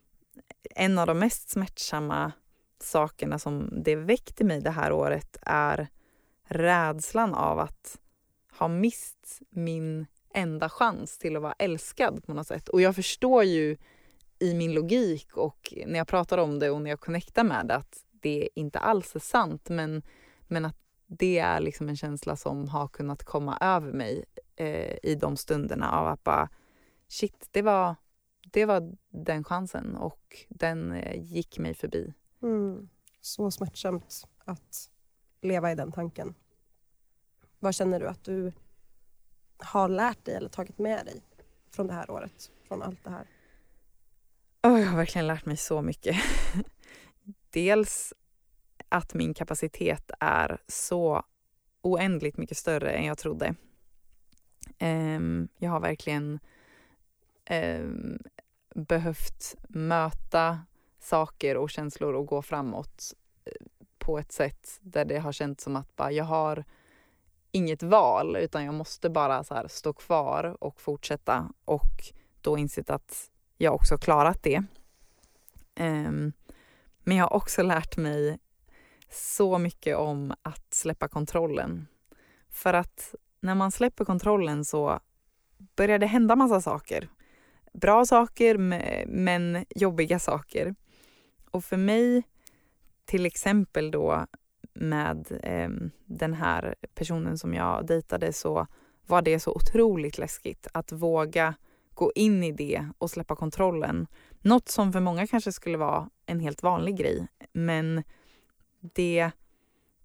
en av de mest smärtsamma sakerna som det väckte mig det här året är rädslan av att ha mist min enda chans till att vara älskad på något sätt. Och jag förstår ju i min logik och när jag pratar om det och när jag connectar med det att det inte alls är sant, men, men att det är liksom en känsla som har kunnat komma över mig eh, i de stunderna av att bara shit, det var, det var den chansen och den eh, gick mig förbi. Mm. Så smärtsamt att leva i den tanken. Vad känner du att du har lärt dig eller tagit med dig från det här året? Från allt det här? Oh, jag har verkligen lärt mig så mycket. Dels att min kapacitet är så oändligt mycket större än jag trodde. Um, jag har verkligen um, behövt möta saker och känslor och gå framåt på ett sätt där det har känts som att bara, jag har inget val, utan jag måste bara så här stå kvar och fortsätta, och då insett att jag också klarat det. Um, men jag har också lärt mig så mycket om att släppa kontrollen. För att när man släpper kontrollen så börjar det hända massa saker. Bra saker, men jobbiga saker. Och för mig, till exempel då med eh, den här personen som jag dejtade, så var det så otroligt läskigt att våga gå in i det och släppa kontrollen. Något som för många kanske skulle vara en helt vanlig grej, men det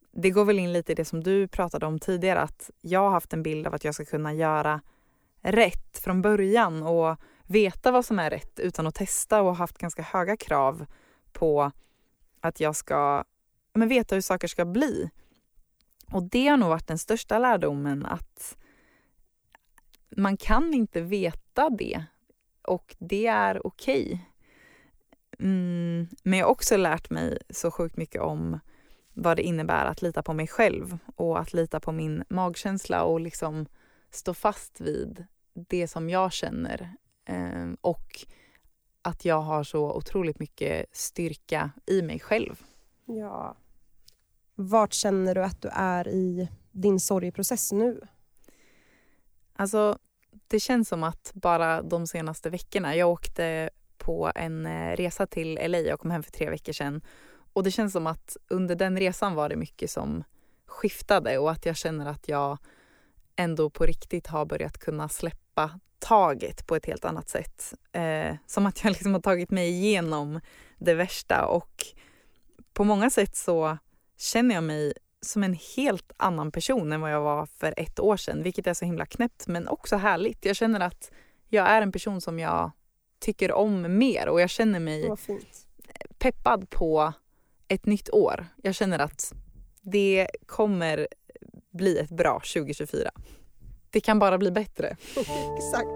det går väl in lite i det som du pratade om tidigare, att jag har haft en bild av att jag ska kunna göra rätt från början och veta vad som är rätt utan att testa, och haft ganska höga krav på att jag ska men veta hur saker ska bli. Och det har nog varit den största lärdomen, att man kan inte veta det och det är okej. Mm, men jag har också lärt mig så sjukt mycket om vad det innebär att lita på mig själv och att lita på min magkänsla och liksom stå fast vid det som jag känner, eh, och att jag har så otroligt mycket styrka i mig själv. Ja. Vart känner du att du är i din sorgeprocess nu? Alltså, det känns som att bara de senaste veckorna, jag åkte på en resa till L A och kom hem för tre veckor sedan. Och det känns som att under den resan var det mycket som skiftade, och att jag känner att jag ändå på riktigt har börjat kunna släppa taget på ett helt annat sätt. Eh, som att jag liksom har tagit mig igenom det värsta, och på många sätt så känner jag mig som en helt annan person än vad jag var för ett år sedan, vilket är så himla knäppt men också härligt. Jag känner att jag är en person som jag tycker om mer, och jag känner mig peppad på ett nytt år. Jag känner att det kommer bli ett bra tjugo tjugofyra. Det kan bara bli bättre. Exakt.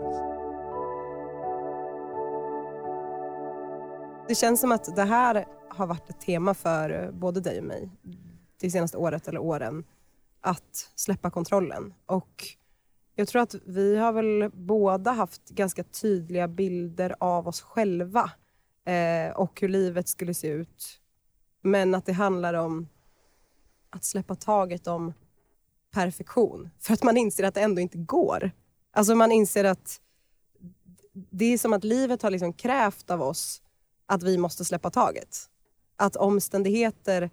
Det känns som att det här har varit ett tema för både dig och mig det senaste året eller åren, att släppa kontrollen. Och jag tror att vi har väl båda haft ganska tydliga bilder av oss själva eh, och hur livet skulle se ut. Men att det handlar om att släppa taget om perfektion. För att man inser att det ändå inte går. Alltså man inser att det är som att livet har liksom krävt av oss att vi måste släppa taget. Att omständigheter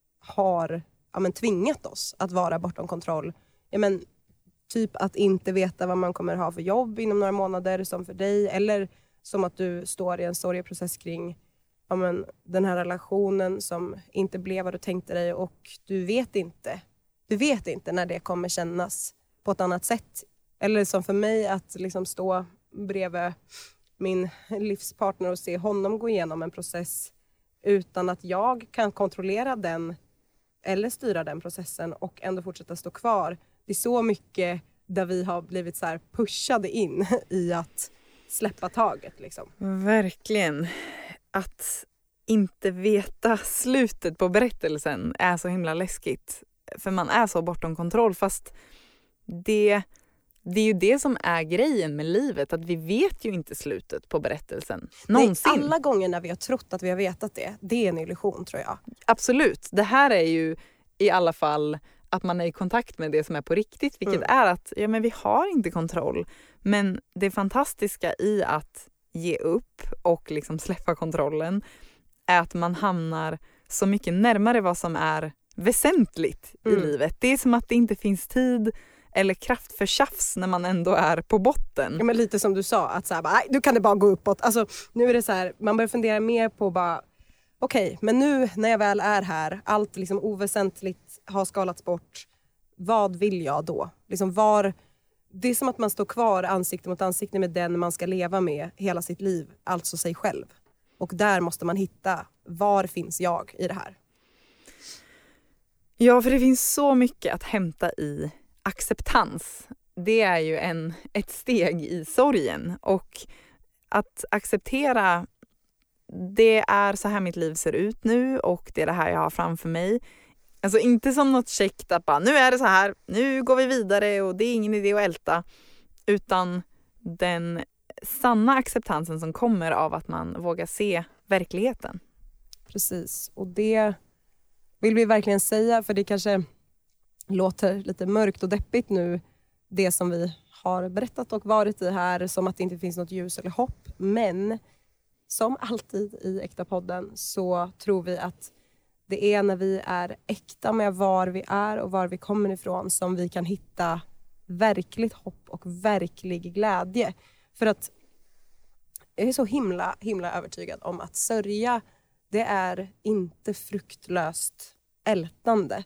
har ja, men, tvingat oss att vara bortom kontroll. Ja, men, typ att inte veta vad man kommer ha för jobb inom några månader, som för dig. Eller som att du står i en sorgeprocess kring ja, men, den här relationen som inte blev vad du tänkte dig, och du vet inte. Du vet inte när det kommer kännas på ett annat sätt. Eller som för mig, att liksom stå bredvid min livspartner och se honom gå igenom en process utan att jag kan kontrollera den eller styra den processen och ändå fortsätta stå kvar. Det är så mycket där vi har blivit så här pushade in i att släppa taget. Liksom. Verkligen. Att inte veta slutet på berättelsen är så himla läskigt. För man är så bortom kontroll, fast det, det är ju det som är grejen med livet. Att vi vet ju inte slutet på berättelsen. Någonsin. Nej, alla gånger när vi har trott att vi har vetat det, det är en illusion tror jag. Absolut. Det här är ju i alla fall att man är i kontakt med det som är på riktigt. Vilket mm. är att ja, men vi har inte kontroll. Men det fantastiska i att ge upp och liksom släppa kontrollen är att man hamnar så mycket närmare vad som är väsentligt mm. i livet. Det är som att det inte finns tid eller kraft för tjafs när man ändå är på botten. Ja, men lite som du sa, att så här, nej, du kan det bara gå uppåt. Alltså, nu är det så här, man börjar fundera mer på bara, okej, okay, men nu när jag väl är här, allt liksom oväsentligt har skalats bort. Vad vill jag då? Liksom var, det är som att man står kvar ansikte mot ansikte med den man ska leva med hela sitt liv, alltså sig själv. Och där måste man hitta, var finns jag i det här? Ja, för det finns så mycket att hämta i acceptans. Det är ju en, ett steg i sorgen. Och att acceptera, det är så här mitt liv ser ut nu och det är det här jag har framför mig. Alltså inte som något käckt att bara, nu är det så här, nu går vi vidare och det är ingen idé att älta. Utan den sanna acceptansen som kommer av att man vågar se verkligheten. Precis, och det vill vi verkligen säga, för det kanske låter lite mörkt och deppigt nu, det som vi har berättat och varit i här, som att det inte finns något ljus eller hopp. Men som alltid i Äkta podden så tror vi att det är när vi är äkta med var vi är och var vi kommer ifrån som vi kan hitta verkligt hopp och verklig glädje. För att jag är så himla, himla övertygad om att sörja, det är inte fruktlöst ältande.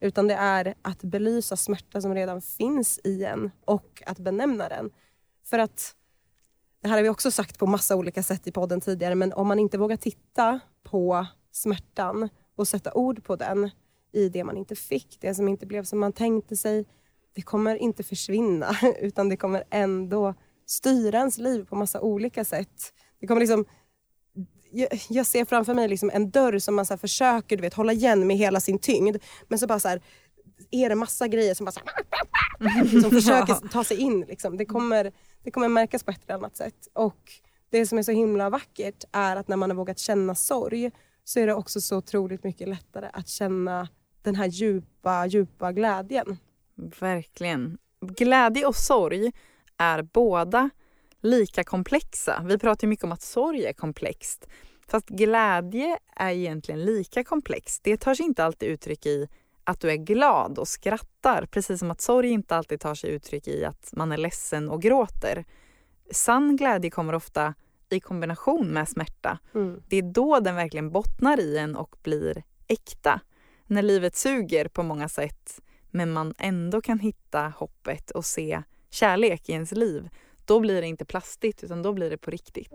Utan det är att belysa smärta som redan finns i en och att benämna den. För att, det här har vi också sagt på massa olika sätt i podden tidigare, men om man inte vågar titta på smärtan och sätta ord på den i det man inte fick, det som inte blev som man tänkte sig, det kommer inte försvinna utan det kommer ändå styra ens liv på massa olika sätt. Det kommer liksom, jag, jag ser framför mig liksom en dörr som man så här försöker du vet, hålla igen med hela sin tyngd, men så bara så här, är det massa grejer som bara så här, som försöker ta sig in. Liksom. Det, kommer, det kommer märkas på ett eller annat sätt. Och det som är så himla vackert är att när man har vågat känna sorg så är det också så otroligt mycket lättare att känna den här djupa, djupa glädjen. Verkligen. Glädje och sorg är båda lika komplexa. Vi pratar ju mycket om att sorg är komplext. Fast glädje är egentligen lika komplex. Det tar sig inte alltid uttryck i att du är glad och skrattar. Precis som att sorg inte alltid tar sig uttryck i att man är ledsen och gråter. Sann glädje kommer ofta i kombination med smärta. Mm. Det är då den verkligen bottnar i en och blir äkta. När livet suger på många sätt men man ändå kan hitta hoppet och se kärlek i ens liv. Då blir det inte plastigt utan då blir det på riktigt.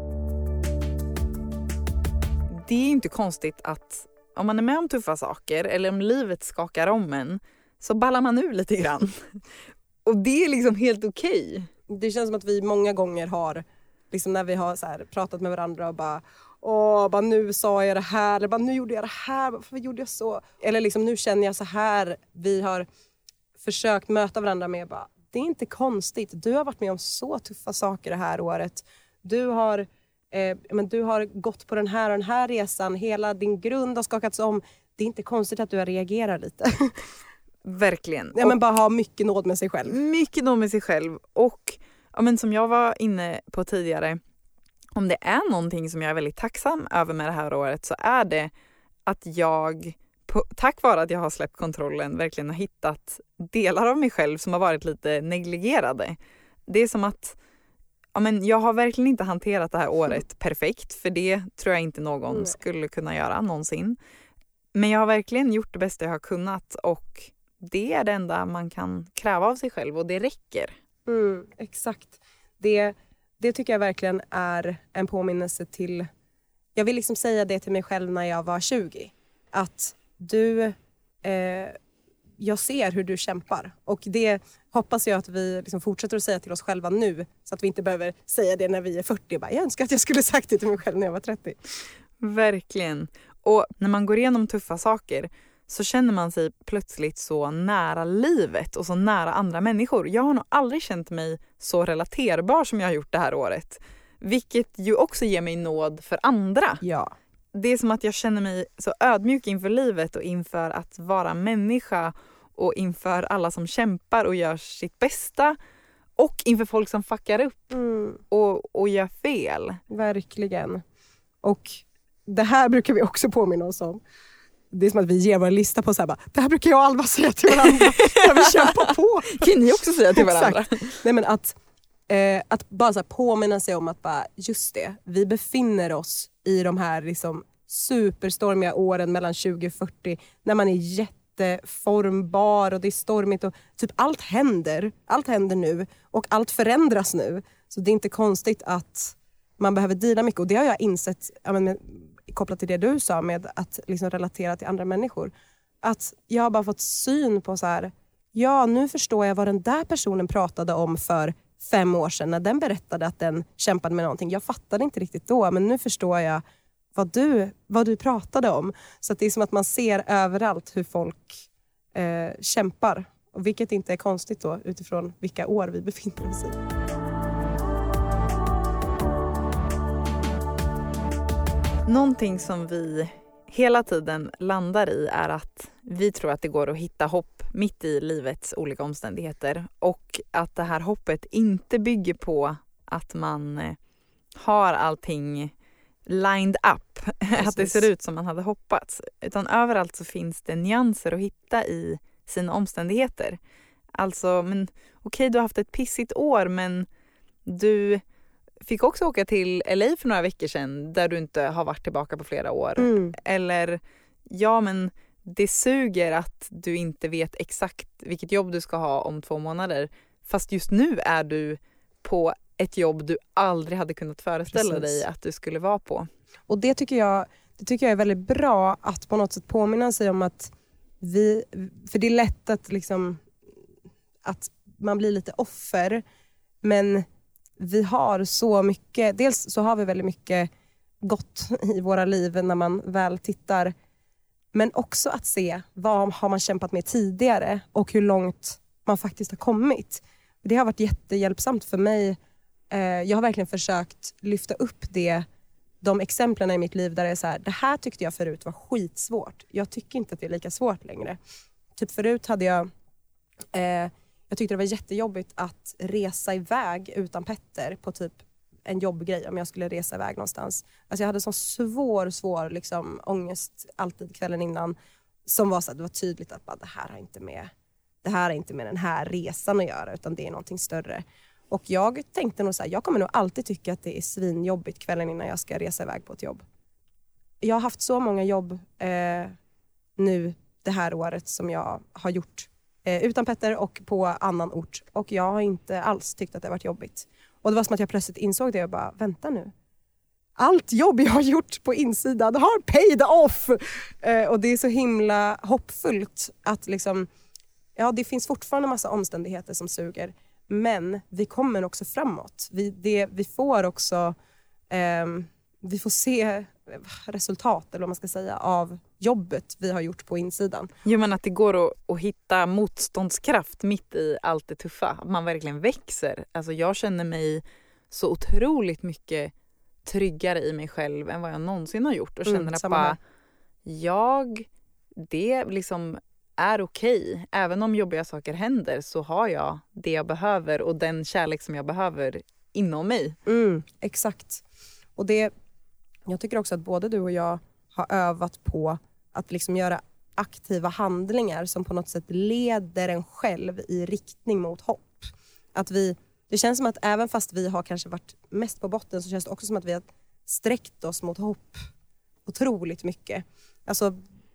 Det är inte konstigt att om man är med om tuffa saker eller om livet skakar om en så ballar man ur lite grann. Och det är liksom helt okej. Det känns som att vi många gånger har, liksom när vi har så här, pratat med varandra och bara åh, bara nu sa jag det här, eller bara nu gjorde jag det här, varför gjorde jag så? Eller liksom nu känner jag så här. Vi har försökt möta varandra med bara, det är inte konstigt. Du har varit med om så tuffa saker det här året. Du har, eh, men du har gått på den här och den här resan. Hela din grund har skakats om. Det är inte konstigt att du har reagerat lite. Verkligen. Ja, men bara ha mycket nåd med sig själv. Mycket nåd med sig själv. Och ja, men som jag var inne på tidigare, om det är någonting som jag är väldigt tacksam över med det här året så är det att jag, på, tack vare att jag har släppt kontrollen, verkligen har hittat delar av mig själv som har varit lite negligerade. Det är som att ja, men jag har verkligen inte hanterat det här året perfekt, för det tror jag inte någon Nej. skulle kunna göra någonsin. Men jag har verkligen gjort det bästa jag har kunnat och det är det enda man kan kräva av sig själv och det räcker. Mm, exakt. Det, det tycker jag verkligen är en påminnelse till, jag vill liksom säga det till mig själv när jag var tjugo. Att du, eh, jag ser hur du kämpar och det hoppas jag att vi liksom fortsätter att säga till oss själva nu så att vi inte behöver säga det när vi är fyrtio. Bara, jag önskar att jag skulle sagt det till mig själv när jag var trettio. Verkligen. Och när man går igenom tuffa saker så känner man sig plötsligt så nära livet och så nära andra människor. Jag har nog aldrig känt mig så relaterbar som jag har gjort det här året. Vilket ju också ger mig nåd för andra. Ja. Det är som att jag känner mig så ödmjuk inför livet och inför att vara människa och inför alla som kämpar och gör sitt bästa och inför folk som fuckar upp mm. och, och gör fel. Verkligen. Och det här brukar vi också påminna oss om. Det är som att vi ger vår lista på så här bara, det här brukar jag och Alva säga till varandra när vi kämpar på. Kan ni också säga till varandra? Nej, men att, eh, att bara så här påminna sig om att bara, just det, vi befinner oss i de här liksom superstormiga åren mellan tjugo och fyrtio när man är jätteformbar och det är stormigt och typ allt händer. Allt händer nu och allt förändras nu. Så det är inte konstigt att man behöver dela mycket och det har jag insett ja, men, kopplat till det du sa med att liksom relatera till andra människor. Att jag har bara fått syn på så här, ja nu förstår jag vad den där personen pratade om för fem år sedan när den berättade att den kämpade med någonting. Jag fattade inte riktigt då men nu förstår jag vad du, vad du pratade om. Så att det är som att man ser överallt hur folk eh, kämpar. Och vilket inte är konstigt då utifrån vilka år vi befinner oss i. Någonting som vi hela tiden landar i är att vi tror att det går att hitta hopp mitt i livets olika omständigheter och att det här hoppet inte bygger på att man har allting lined up, Precis. Att det ser ut som man hade hoppats, utan överallt så finns det nyanser att hitta i sina omständigheter. Alltså, men okej, du har haft ett pissigt år men du fick också åka till L A för några veckor sedan där du inte har varit tillbaka på flera år. Mm. Eller, ja men det suger att du inte vet exakt vilket jobb du ska ha om två månader. Fast just nu är du på ett jobb du aldrig hade kunnat föreställa Precis. dig att du skulle vara på. Och det tycker jag, det tycker jag är väldigt bra att på något sätt påminna sig om att vi, för det är lätt att liksom att man blir lite offer, men vi har så mycket, dels så har vi väldigt mycket gott i våra liv när man väl tittar, men också att se vad har man kämpat med tidigare och hur långt man faktiskt har kommit. Det har varit jättehjälpsamt för mig. Jag har verkligen försökt lyfta upp det, de exemplen i mitt liv där det är så här, det här tyckte jag förut var skitsvårt. Jag tycker inte att det är lika svårt längre. Typ förut hade jag eh, jag tyckte det var jättejobbigt att resa iväg utan Petter på typ en jobbgrej om jag skulle resa iväg någonstans. Alltså jag hade så svår, svår liksom, ångest alltid kvällen innan som var så att det var tydligt att bara, det här har inte med det här är inte med den här resan att göra utan det är någonting större. Och jag tänkte nog så här, jag kommer nog alltid tycka att det är svinjobbigt kvällen innan jag ska resa iväg på ett jobb. Jag har haft så många jobb eh, nu det här året som jag har gjort eh, utan Petter och på annan ort. Och jag har inte alls tyckt att det har varit jobbigt. Och det var som att jag plötsligt insåg det och bara, vänta nu. Allt jobb jag har gjort på insidan har paid off! Eh, och det är så himla hoppfullt att liksom, ja det finns fortfarande en massa omständigheter som suger. Men vi kommer också framåt. Vi, det, vi får också eh, vi får se resultat eller vad man ska säga av jobbet vi har gjort på insidan. Jo, men att det går att, att hitta motståndskraft mitt i allt det tuffa. Att man verkligen växer. Alltså jag känner mig så otroligt mycket tryggare i mig själv än vad jag någonsin har gjort. Och känner mm, att bara, jag, det liksom är okej. Även om jobbiga saker händer så har jag det jag behöver och den kärlek som jag behöver inom mig. Mm, exakt. Och det, jag tycker också att både du och jag har övat på att liksom göra aktiva handlingar som på något sätt leder en själv i riktning mot hopp. Att vi, det känns som att även fast vi har kanske varit mest på botten så känns det också som att vi har sträckt oss mot hopp otroligt mycket. Alltså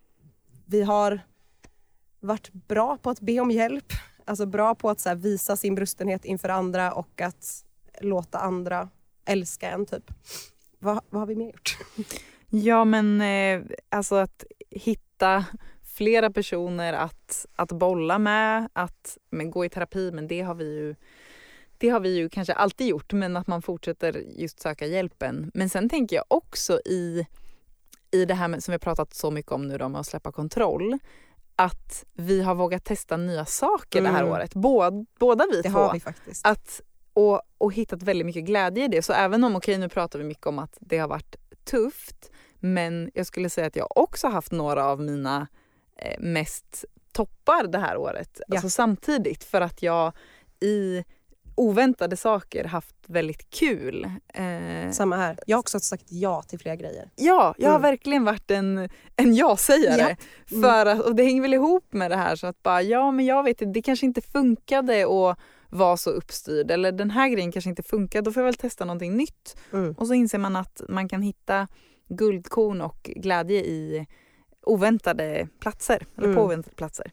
vi har varit bra på att be om hjälp. Alltså bra på att så här, visa sin brustenhet inför andra och att låta andra älska en typ. Vad, vad har vi mer gjort? Ja, men eh, alltså att hitta flera personer att, att bolla med, att men, gå i terapi, men det har vi ju det har vi ju kanske alltid gjort, men att man fortsätter just söka hjälpen. Men sen tänker jag också i, i det här med, som vi har pratat så mycket om nu då, med att släppa kontroll, att vi har vågat testa nya saker mm. det här året. Båda, båda vi det två. Har vi faktiskt. Att, och, och hittat väldigt mycket glädje i det. Så även om, okej, nu pratar vi mycket om att det har varit tufft, men jag skulle säga att jag också haft några av mina eh, mest toppar det här året. Ja. Alltså samtidigt, för att jag i oväntade saker haft väldigt kul. Eh, Samma här. Jag har också sagt ja till flera grejer. Ja, jag mm. har verkligen varit en, en ja-sägare. Ja. Mm. För att, och det hänger väl ihop med det här så att bara, ja men jag vet inte, det kanske inte funkade att vara så uppstyrd. Eller den här grejen kanske inte funkade, då får jag väl testa någonting nytt. Mm. Och så inser man att man kan hitta guldkorn och glädje i oväntade platser. Eller mm. på oväntade platser.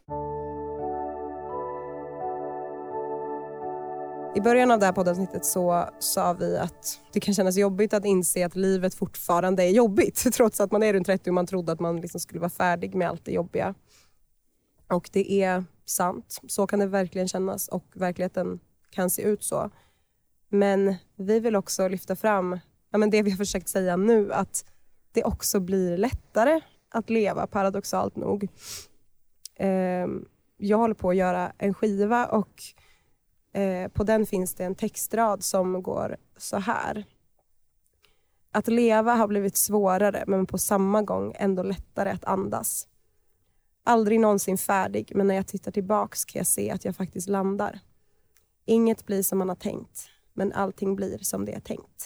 I början av det här poddavsnittet så sa vi att det kan kännas jobbigt att inse att livet fortfarande är jobbigt. Trots att man är runt trettio och man trodde att man liksom skulle vara färdig med allt det jobbiga. Och det är sant. Så kan det verkligen kännas och verkligheten kan se ut så. Men vi vill också lyfta fram ja, men det vi har försökt säga nu, att det också blir lättare att leva, paradoxalt nog. Jag håller på att göra en skiva och Eh, på den finns det en textrad som går så här. Att leva har blivit svårare, men på samma gång ändå lättare att andas. Aldrig någonsin färdig, men när jag tittar tillbaks kan jag se att jag faktiskt landar. Inget blir som man har tänkt, men allting blir som det är tänkt.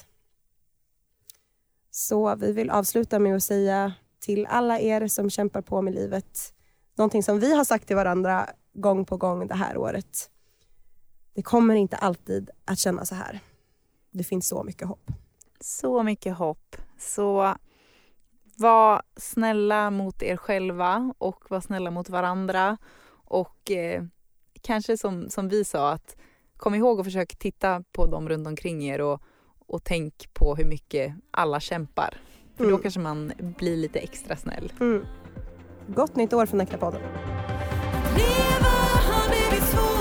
Så vi vill avsluta med att säga till alla er som kämpar på med livet någonting som vi har sagt till varandra gång på gång det här året. Det kommer inte alltid att känna så här. Det finns så mycket hopp. Så mycket hopp. Så var snälla mot er själva och var snälla mot varandra. Och eh, kanske som, som vi sa, att kom ihåg och försök titta på dem runt omkring er och, och tänk på hur mycket alla kämpar. För mm. då kanske man blir lite extra snäll. Mm. Gott nytt år från Äkta podden. Leva har blivit svårt.